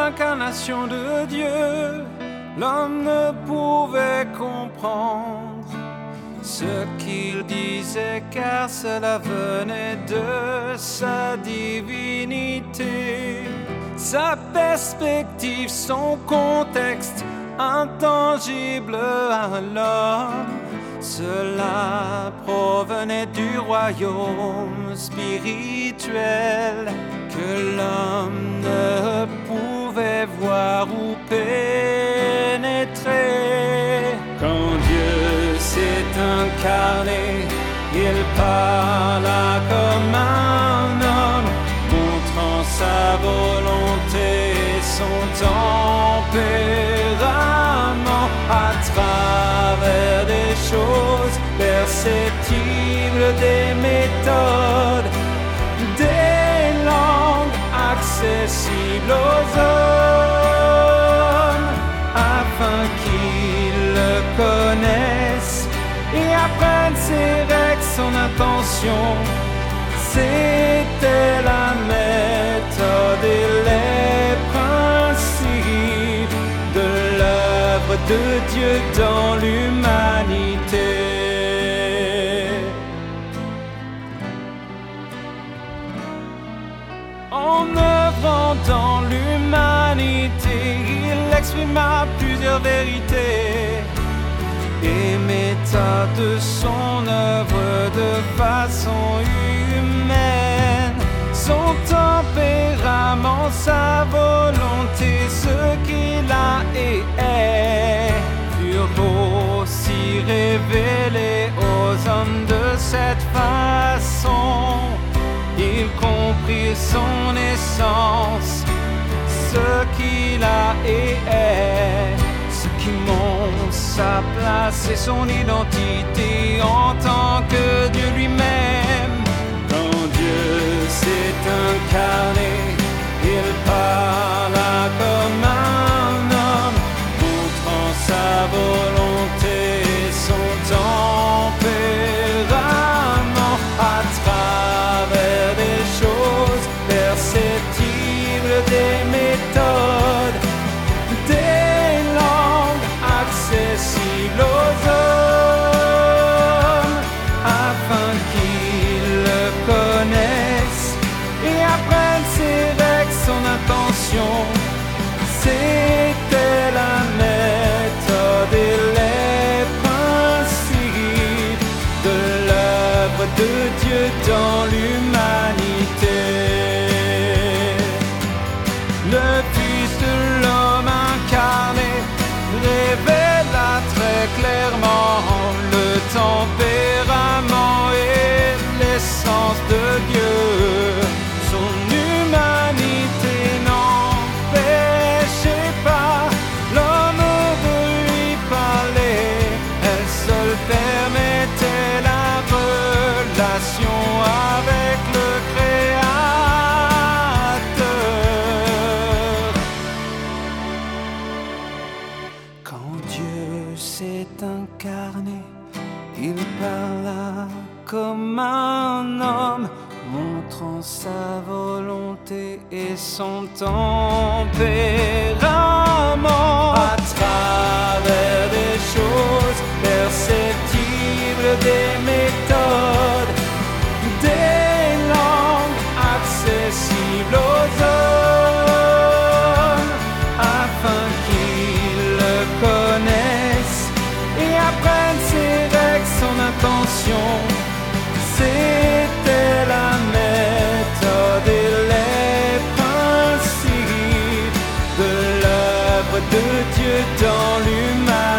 l'incarnation de Dieu, l'homme ne pouvait comprendre ce qu'il disait car cela venait de sa divinité. Sa perspective, son contexte intangible à l'homme, cela provenait du royaume spirituel que l'homme ne pouvait voir ou pénétrer. Quand Dieu s'est incarné, il parla comme un homme, montrant sa volonté et son tempérament à travers des choses perceptibles, des méthodes, des langues accessibles aux hommes, afin qu'ils le connaissent et apprennent ses règles, son intention. C'était la méthode et les principes de l'œuvre de Dieu dans l'humanité. En œuvrant dans l'humanité, il exprima plusieurs vérités et méta de son œuvre de façon humaine. Son tempérament, sa volonté, ce qu'il a et est, furent aussi révélés aux hommes de cette façon. Ils comprirent son essence, ce qu'il a et est, ce qui montre sa place et son identité en tant que Dieu lui-même. Quand Dieu s'est incarné, il parla comme un homme, montrant sa volonté et son tempérament à travers des choses perceptibles, des méthodes, des langues accessibles aux hommes, afin qu'ils le connaissent et apprennent ses règles, son intention. C'était la méthode et les principes de l'œuvre de Dieu dans l'humanité. Le Fils de l'homme incarné révéla très clairement le tempérament et l'essence de Dieu. Son humanité n'empêchait pas l'homme de lui parler, elle seule permettait la relation avec le Créateur. Quand Dieu s'est incarné, il parla comme un homme, montrant sa volonté et son tempérament à travers des choses perceptibles, des méthodes, des langues accessibles aux hommes, afin qu'ils le connaissent et apprennent ses règles, son intention. C'était la méthode et les principes de l'œuvre de Dieu dans l'humanité.